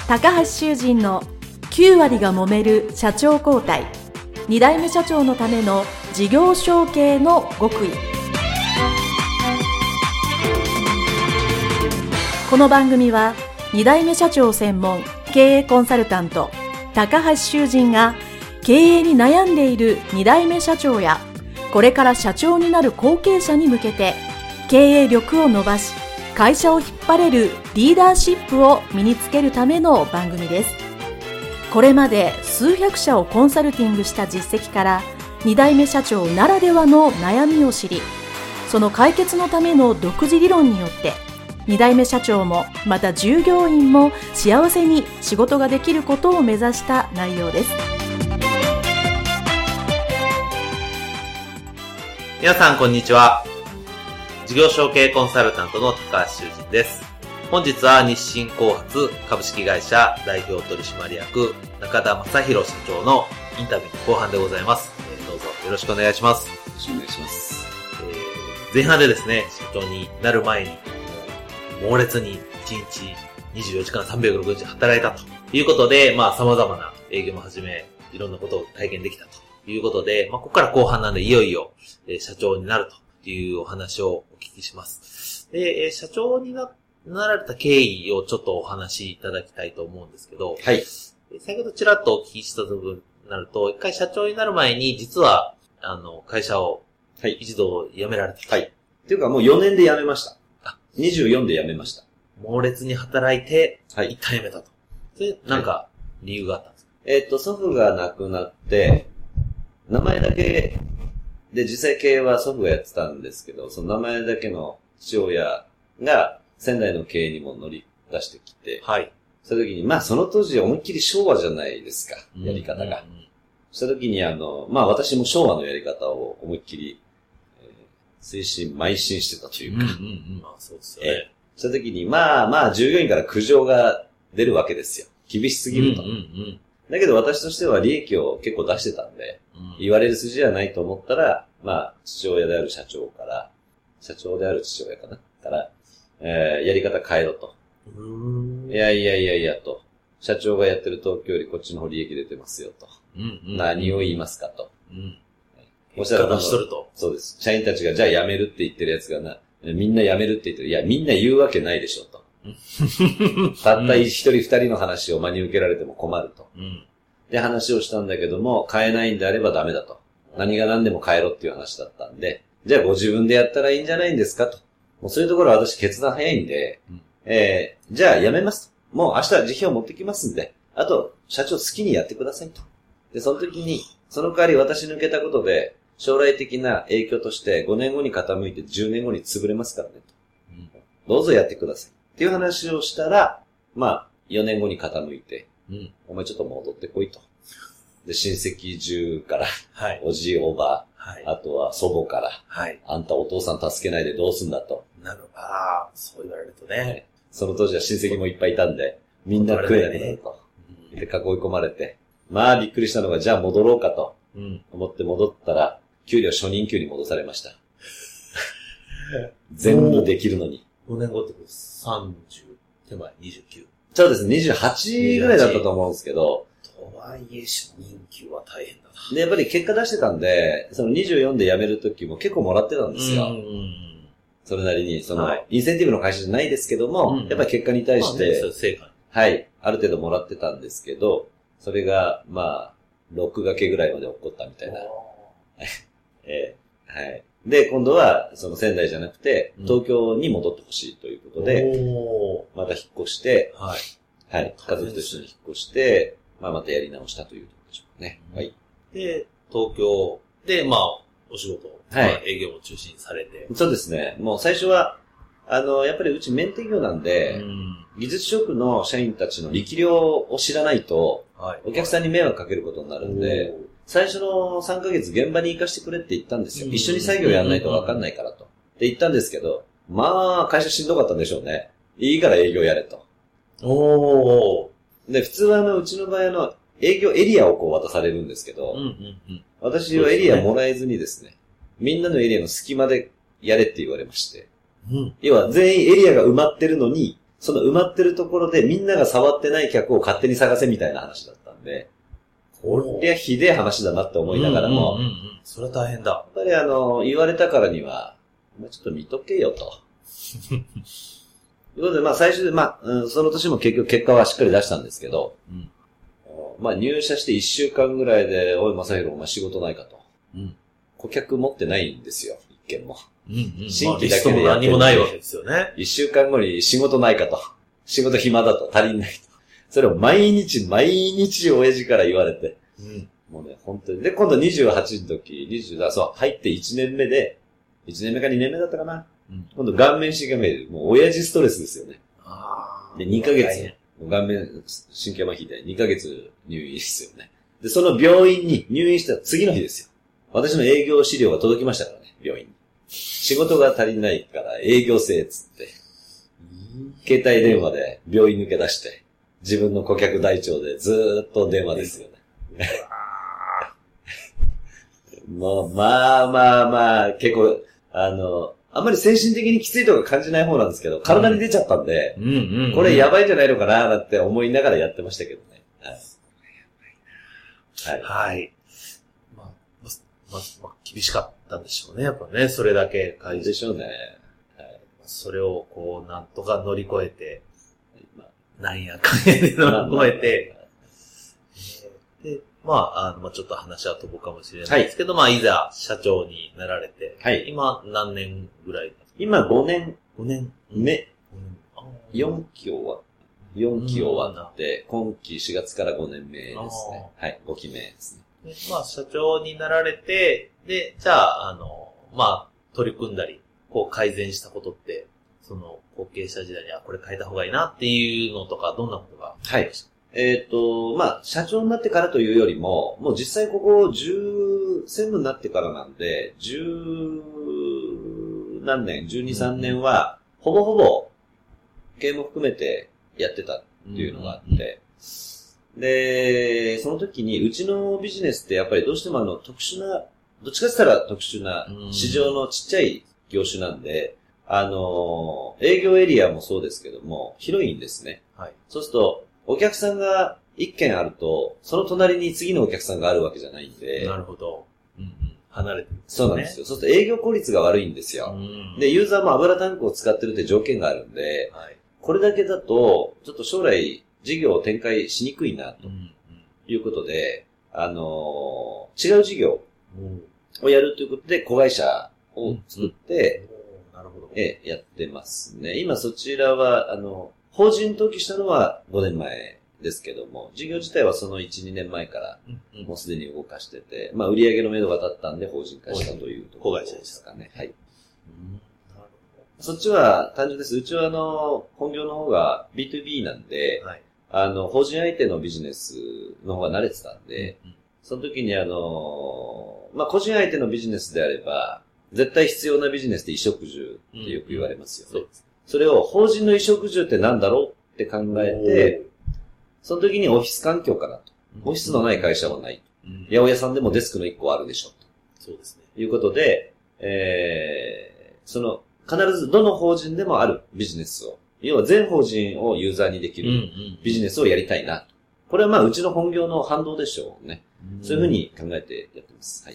高橋修人の9割が揉める社長交代、2代目社長のための事業承継の極意。この番組は2代目社長専門経営コンサルタント高橋修人が経営に悩んでいる2代目社長やこれから社長になる後継者に向けて経営力を伸ばし会社を引っ張れるリーダーシップを身につけるための番組です。これまで数百社をコンサルティングした実績から2代目社長ならではの悩みを知り、その解決のための独自理論によって2代目社長もまた従業員も幸せに仕事ができることを目指した内容です。 皆さんこんにちは。事業承継コンサルタントの高橋修人です。本日は日清興発株式会社代表取締役中田正宏社長のインタビューの後半でございます。どうぞよろしくお願いします。 よろしくお願いします。 前半でですね、社長になる前に猛烈に1日24時間360日働いたということで、様々な営業もはじめいろんなことを体験できたということで、ここから後半なんでいよいよ社長になるというお話をお聞きします。で、社長になられた経緯をちょっとお話しいただきたいと思うんですけど、 はい。 先ほどちらっとお聞きした部分になると、一回社長になる前に実は、会社を一度辞められた。 はい。っていうかもう4年で辞めました。24で辞めました。 猛烈に働いて、一旦辞めたと。それ、なんか、理由があったんですか？ 祖父が亡くなって、名前だけ、で、実際経営は祖父がやってたんですけど、その名前だけの父親が仙台の経営にも乗り出してきて、 はい。 その時に、その当時思いっきり昭和じゃないですか、やり方が。その時に私も昭和のやり方を思いっきり、邁進してたというか。 そうですよね。 その時に、従業員から苦情が出るわけですよ。厳しすぎると。だけど私としては利益を結構出してたんで、言われる筋はないと思ったら、父親である社長である父親かなから、やり方変えろと。いやと。社長がやってる東京よりこっちの方利益出てますよと。何を言いますかと。そしたらそうです。社員たちがじゃあ辞めるって言ってるやつがみんな辞めるって言ってる。いや、みんな言うわけないでしょと。たった一人二人の話を真に受けられても困ると。で、話をしたんだけども、変えないんであればダメだと。何が何でも変えろっていう話だったんで、じゃあご自分でやったらいいんじゃないんですかと。もうそういうところは私決断早いんで、じゃあ辞めますと。もう明日辞表持ってきますんで、あと社長好きにやってくださいと。で、その時に、その代わり私抜けたことで、将来的な影響として5年後に傾いて10年後に潰れますからねと。どうぞやってください。っていう話をしたら、4年後に傾いて、お前ちょっと戻ってこいと。で、親戚中から、おじおば、あとは祖母から、あんたお父さん助けないでどうすんだと。 そう言われるとね。 その当時は親戚もいっぱいいたんで、みんな食えねえと。で、囲い込まれて、びっくりしたのが、じゃあ戻ろうかと。思って戻ったら、給料初任給に戻されました。全部できるのに。 5年後ってこと30手前29。 そうですね、28ぐらいだったと思うんですけど。 とはいえ初任給は大変だな。 で、やっぱり結果出してたんで、その24で辞める時も結構もらってたんですよ。それなりに、インセンティブの会社じゃないですけども、やっぱり結果に対して、ある程度もらってたんですけど、それが、6掛けぐらいまで起こったみたいな。で、今度は、仙台じゃなくて、東京に戻ってほしいということで、また引っ越して、家族と一緒に引っ越して、またやり直したというところでしょうかね。 で、東京で、お仕事、営業を中心にされて。 そうですね。もう最初は、やっぱりうちメンテ業なんで、技術職の社員たちの力量を知らないと、お客さんに迷惑かけることになるんで、最初の3ヶ月現場に行かしてくれって言ったんですよ。一緒に作業やんないと分かんないからと。って言ったんですけど、会社しんどかったんでしょうね。いいから営業やれと。で、普通はうちの場合営業エリアを渡されるんですけど、私はエリアもらえずにですね、みんなのエリアの隙間でやれって言われまして。要は全員エリアが埋まってるのに、 その埋まってるところでみんなが触ってない客を勝手に探せみたいな話だったんで、こりゃひでえ話だなって思いながらも、 それは大変だ。 やっぱり言われたからには、ちょっと見とけよと。ということで、まあ最終で、その年も結局結果はしっかり出したんですけど、入社して1週間ぐらいで、おい、正宏お前仕事ないかと。顧客持ってないんですよ、一件も。新規だけでやってる。 何もないわけですよね。 1週間後に仕事ないかと。仕事暇だと。足りないと。それを毎日親父から言われて。もうね、本当に。で、今度28の時、入って1年目で、1年目か2年目だったかな。今度顔面神経麻痺で、もう親父ストレスですよね。で、2ヶ月、顔面神経麻痺で2ヶ月入院ですよね。で、その病院に入院した次の日ですよ。私の営業資料が届きましたからね、病院に。仕事が足りないから営業せえっつって、携帯電話で病院抜け出して、自分の顧客台帳でずーっと電話ですよね。もう、結構、あんまり精神的にきついとか感じない方なんですけど、体に出ちゃったんで、これやばいんじゃないのかなーって思いながらやってましたけどね。 はい。厳しかったんでしょうね、やっぱね、それだけ会社でしょうね。 はい。それをなんとか乗り越えて、なんやかんやで乗り越えて、で、ちょっと話は飛ぶかもしれないですけど、いざ社長になられて、今何年ぐらい？ 今5年。 5年目。4期終わって、今期4月から5年目ですね。はい、5期目ですね。 で社長になられて、で、じゃあ、取り組んだり、改善したことって、後継者時代にこれ変えた方がいいなっていうのとか、どんなことがありました？ 社長になってからというよりも、もう実際ここ専務になってからなんで、12、3年は、ほぼほぼ、経営も含めてやってたっていうのがあって、で、その時に、うちのビジネスってやっぱりどうしても特殊な、どっちかって言ったら特殊な市場のちっちゃい業種なんで、営業エリアもそうですけども、広いんですね。はい。そうすると、お客さんが一軒あると、その隣に次のお客さんがあるわけじゃないんで。 なるほど。離れてるんですね。 そうなんですよ。そうすると営業効率が悪いんですよ。で、ユーザーも油タンクを使ってるって条件があるんで、これだけだと、ちょっと将来事業を展開しにくいな、ということで、違う事業をやるということで、子会社を作って、やってますね。今そちらは、法人登記したのは5年前ですけども、事業自体はその1、2年前から、もうすでに動かしてて、売上の目処が立ったんで法人化したというところですかね。はい。そっちは単純です。うちは本業の方が B2B なんで、法人相手のビジネスの方が慣れてたんで、その時に個人相手のビジネスであれば、絶対必要なビジネスで衣食住ってよく言われますよね。それを法人の衣食住って何だろうって考えて、その時にオフィス環境かなと。オフィスのない会社はない。八百屋さんでもデスクの1個あるでしょと。 そうですね。 いうことで、必ずどの法人でもあるビジネスを、要は全法人をユーザーにできるビジネスをやりたいなと。これはうちの本業の反動でしょうね。そういうふうに考えてやってます。はい。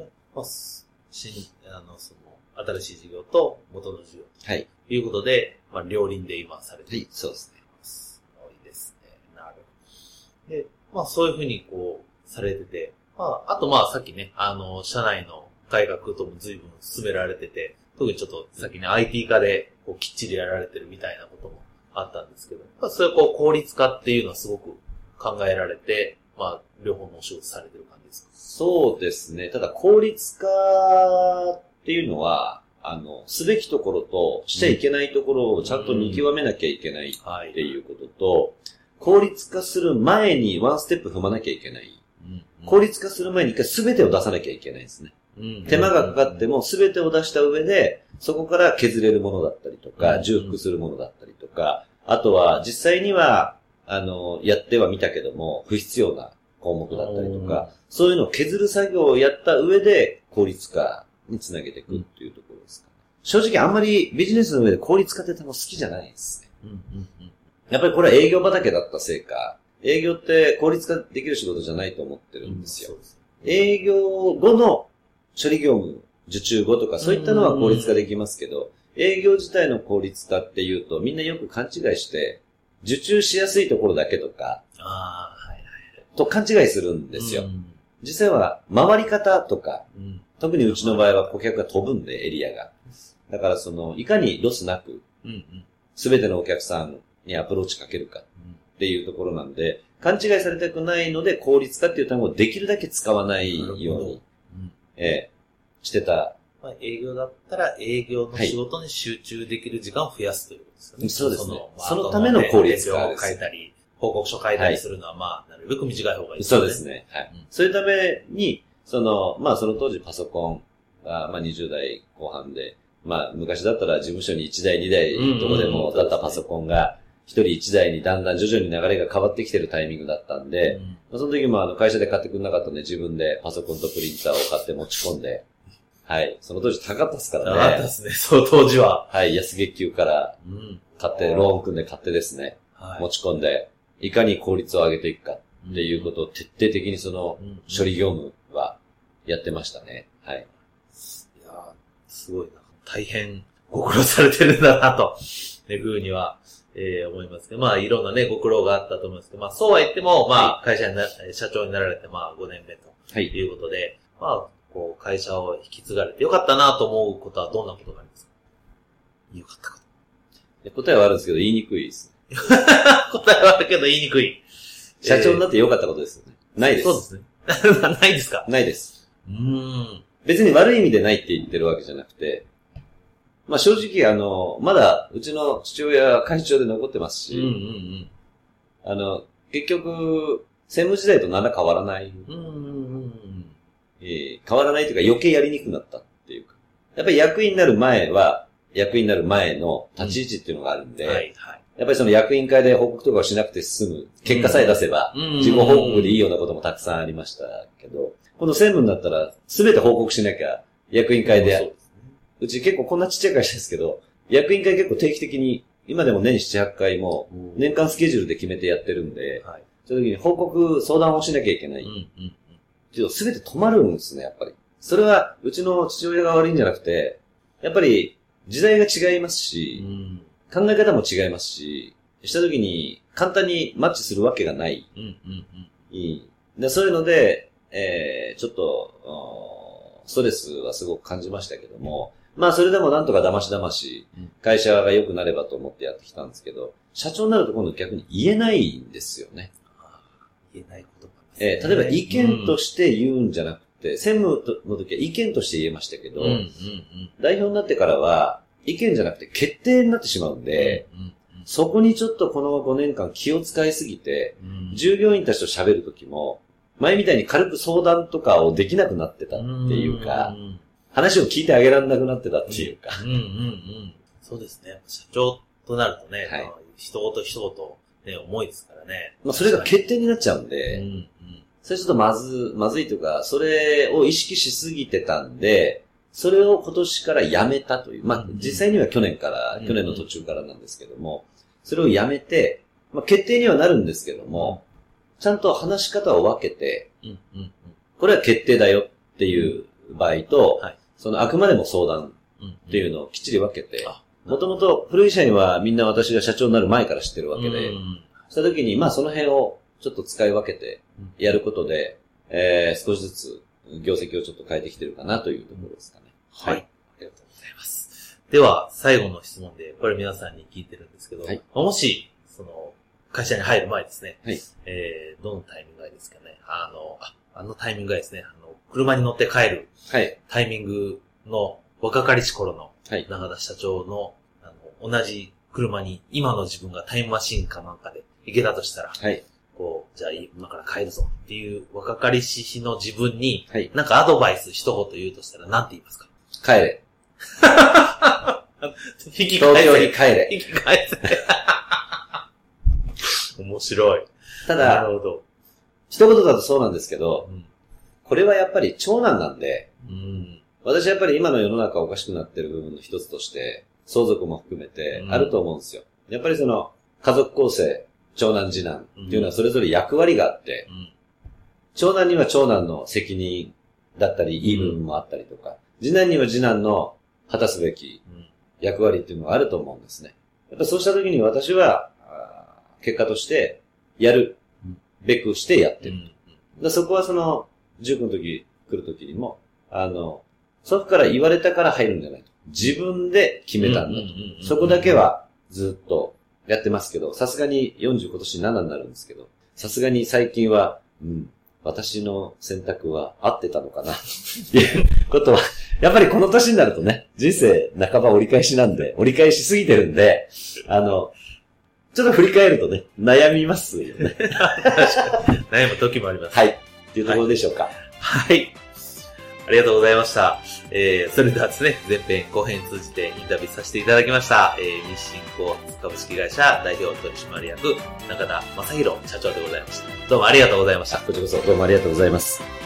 新しい事業と元の事業。はい。ということで、両輪で今されている。 はい、そうですね。 すごいですね。なるほど。で、そういうふうにされてて、あとさっきね、社内の改革とも随分進められてて、特にちょっとさっきね、IT 化できっちりやられてるみたいなこともあったんですけど、そういう効率化っていうのはすごく考えられて、両方のお仕事されてる感じですか？ そうですね。ただ効率化っていうのは、すべきところとしちゃいけないところをちゃんと見極めなきゃいけないっていうことと、効率化する前にワンステップ踏まなきゃいけない。効率化する前に一回すべてを出さなきゃいけないですね。手間がかかってもすべてを出した上で、そこから削れるものだったりとか、重複するものだったりとか、あとは実際には、やってはみたけども、不必要な項目だったりとか、そういうのを削る作業をやった上で、効率化につなげていくっていうところですかね。正直あんまりビジネスの上で効率化って多分好きじゃないですね。 やっぱりこれは営業畑だったせいか、営業って効率化できる仕事じゃないと思ってるんですよ。営業後の処理業務、受注後とかそういったのは効率化できますけど、営業自体の効率化っていうとみんなよく勘違いして、受注しやすいところだけとか、と勘違いするんですよ。実際は回り方とか、特にうちの場合は顧客が飛ぶんで、エリアが。だからいかにロスなく、すべてのお客さんにアプローチかけるかっていうところなんで、勘違いされたくないので、効率化っていう単語をできるだけ使わないように、してた。 営業だったら営業の仕事に集中できる時間を増やすということですよね。 そうですね。そのための効率化です。 書いたり、報告書書いたりするのは、なるべく短い方がいいですね。そうですね。はい。そういうために、その当時パソコンが、20代後半で、昔だったら事務所に1台2台どこでもだったパソコンが、1人1台にだんだん徐々に流れが変わってきてるタイミングだったんで、その時も会社で買ってくれなかったんで自分でパソコンとプリンターを買って持ち込んで、はい。その当時高かったですからね。 高かったですね、そう当時は。 はい。安月給から買って、ローン組んで買ってですね、持ち込んで、いかに効率を上げていくかっていうことを徹底的に処理業務はやってましたね。はい。 いやー、すごいな。大変ご苦労されてるんだなと、いうふうには、思いますけど、いろんなね、ご苦労があったと思いますけど、そうは言っても、会社に社長になられて、5年目ということで、会社を引き継がれてよかったなと思うことはどんなことがありますか？よかったこと。 答えはあるんですけど、言いにくいです。 答えはあるけど言いにくい。 社長になってよかったことですよね。ないです。 そうですね。ないですか？ ないです。別に悪い意味でないって言ってるわけじゃなくて、正直まだうちの父親は会長で残ってますし、結局、専務時代と何ら変わらない。変わらないというか余計やりにくくなったっていうか。やっぱり役員になる前は、役員になる前の立ち位置っていうのがあるんで、やっぱりその役員会で報告とかをしなくて済む、結果さえ出せば、自己報告でいいようなこともたくさんありましたけど、この専務になったら全て報告しなきゃ、役員会で、うち結構こんなちっちゃい会社ですけど、役員会結構定期的に、今でも年7、8回も、年間スケジュールで決めてやってるんで、そういう時に報告、相談をしなきゃいけない。すべて止まるんですね、やっぱり。それは、うちの父親が悪いんじゃなくて、やっぱり、時代が違いますし、考え方も違いますし、した時に、簡単にマッチするわけがない。でそういうので、ちょっと、ストレスはすごく感じましたけども、それでもなんとかだましだまし、会社が良くなればと思ってやってきたんですけど、社長になると今度逆に言えないんですよね。 言えないこと例えば意見として言うんじゃなくて、専務の時は意見として言えましたけど、代表になってからは意見じゃなくて決定になってしまうんで、そこにちょっとこの5年間気を使いすぎて、従業員たちと喋る時も、前みたいに軽く相談とかをできなくなってたっていうか、話を聞いてあげられなくなってたっていうか。 そうですね。社長となるとね、一言一言、ね、重いですからね。 それが決定になっちゃうんで、それちょっとまずいというか、それを意識しすぎてたんで、それを今年からやめたという。実際には去年の途中からなんですけども、それをやめて、決定にはなるんですけども、ちゃんと話し方を分けて、これは決定だよっていう場合と、あくまでも相談っていうのをきっちり分けて、もともと古い社員はみんな私が社長になる前から知ってるわけで、した時にその辺をちょっと使い分けてやることで、少しずつ業績をちょっと変えてきてるかなというところですかね。 はい。ありがとうございます。では、最後の質問で、これ皆さんに聞いてるんですけど、もし、会社に入る前ですね、どのタイミングがいいですかね。あのタイミングがいいですね。車に乗って帰るタイミングの若かりし頃の永田社長の、同じ車に今の自分がタイムマシンかなんかで行けたとしたら、じゃあ今から帰るぞっていう若かりし日の自分に、なんかアドバイス一言言うとしたら何て言いますか？ 帰れ。 東京に帰れ。 引き返せ。面白い。 ただ、 なるほど。 一言だとそうなんですけど、これはやっぱり長男なんで、私はやっぱり今の世の中おかしくなってる部分の一つとして、相続も含めてあると思うんですよ。 やっぱりその、家族構成、長男次男っていうのはそれぞれ役割があって、長男には長男の責任だったり、いい部分もあったりとか、次男には次男の果たすべき役割っていうのがあると思うんですね。やっぱそうした時に私は、結果としてやるべくしてやってる。そこはその、塾の時来る時にも、祖父から言われたから入るんじゃないと。自分で決めたんだと。そこだけはずっとやってますけど、さすがに40今年7になるんですけど、さすがに最近は、私の選択は合ってたのかな、っていうことは、やっぱりこの年になるとね、人生半ば折り返しなんで、折り返しすぎてるんで、ちょっと振り返るとね、悩みますよね。 確かに。悩む時もあります。 はい。っていうところでしょうか。 はい。ありがとうございました。それではですね、前編後編通じてインタビューさせていただきました、日清興発株式会社代表取締役、中田正宏社長でございました。どうもありがとうございました。 こちらこそどうもありがとうございます。